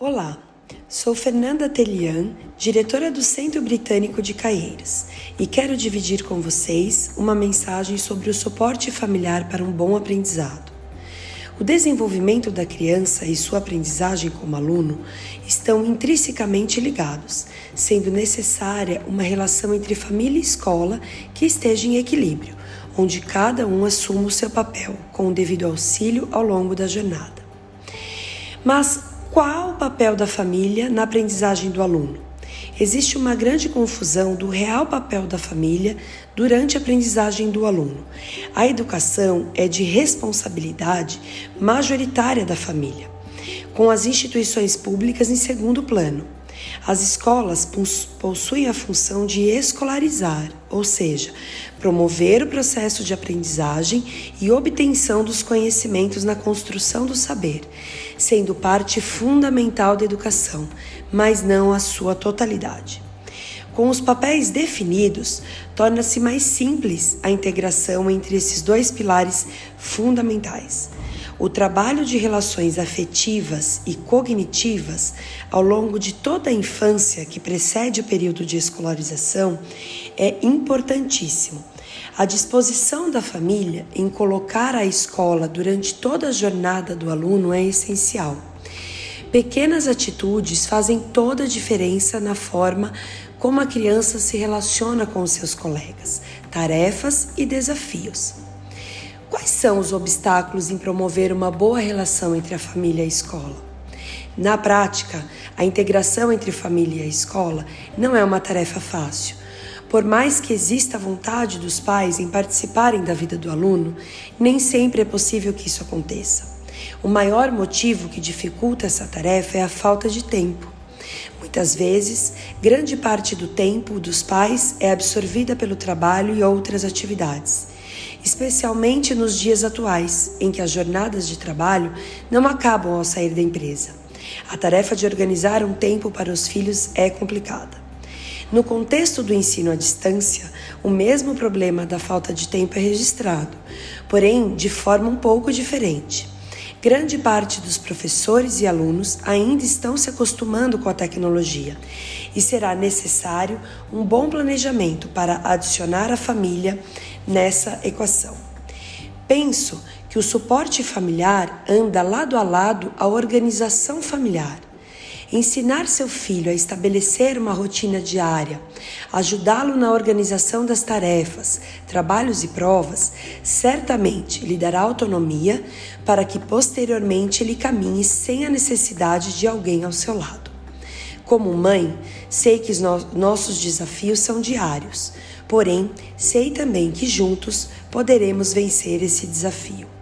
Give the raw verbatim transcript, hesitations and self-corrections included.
Olá, sou Fernanda Telian, diretora do Centro Britânico de Caieiras, e quero dividir com vocês uma mensagem sobre o suporte familiar para um bom aprendizado. O desenvolvimento da criança e sua aprendizagem como aluno estão intrinsecamente ligados, sendo necessária uma relação entre família e escola que esteja em equilíbrio, onde cada um assuma o seu papel com o devido auxílio ao longo da jornada. Mas qual o papel da família na aprendizagem do aluno? Existe uma grande confusão do real papel da família durante a aprendizagem do aluno. A educação é de responsabilidade majoritária da família, com as instituições públicas em segundo plano. As escolas possuem a função de escolarizar, ou seja, promover o processo de aprendizagem e obtenção dos conhecimentos na construção do saber, sendo parte fundamental da educação, mas não a sua totalidade. Com os papéis definidos, torna-se mais simples a integração entre esses dois pilares fundamentais. O trabalho de relações afetivas e cognitivas ao longo de toda a infância que precede o período de escolarização é importantíssimo. A disposição da família em colocar a escola durante toda a jornada do aluno é essencial. Pequenas atitudes fazem toda a diferença na forma como a criança se relaciona com os seus colegas, tarefas e desafios. Quais são os obstáculos em promover uma boa relação entre a família e a escola? Na prática, a integração entre família e escola não é uma tarefa fácil. Por mais que exista a vontade dos pais em participarem da vida do aluno, nem sempre é possível que isso aconteça. O maior motivo que dificulta essa tarefa é a falta de tempo. Muitas vezes, grande parte do tempo dos pais é absorvida pelo trabalho e outras atividades, especialmente nos dias atuais, em que as jornadas de trabalho não acabam ao sair da empresa. A tarefa de organizar um tempo para os filhos é complicada. No contexto do ensino à distância, o mesmo problema da falta de tempo é registrado, porém de forma um pouco diferente. Grande parte dos professores e alunos ainda estão se acostumando com a tecnologia e será necessário um bom planejamento para adicionar a família nessa equação. Penso que o suporte familiar anda lado a lado à organização familiar. Ensinar seu filho a estabelecer uma rotina diária, ajudá-lo na organização das tarefas, trabalhos e provas, certamente lhe dará autonomia para que posteriormente ele caminhe sem a necessidade de alguém ao seu lado. Como mãe, sei que os no- nossos desafios são diários, porém, sei também que juntos poderemos vencer esse desafio.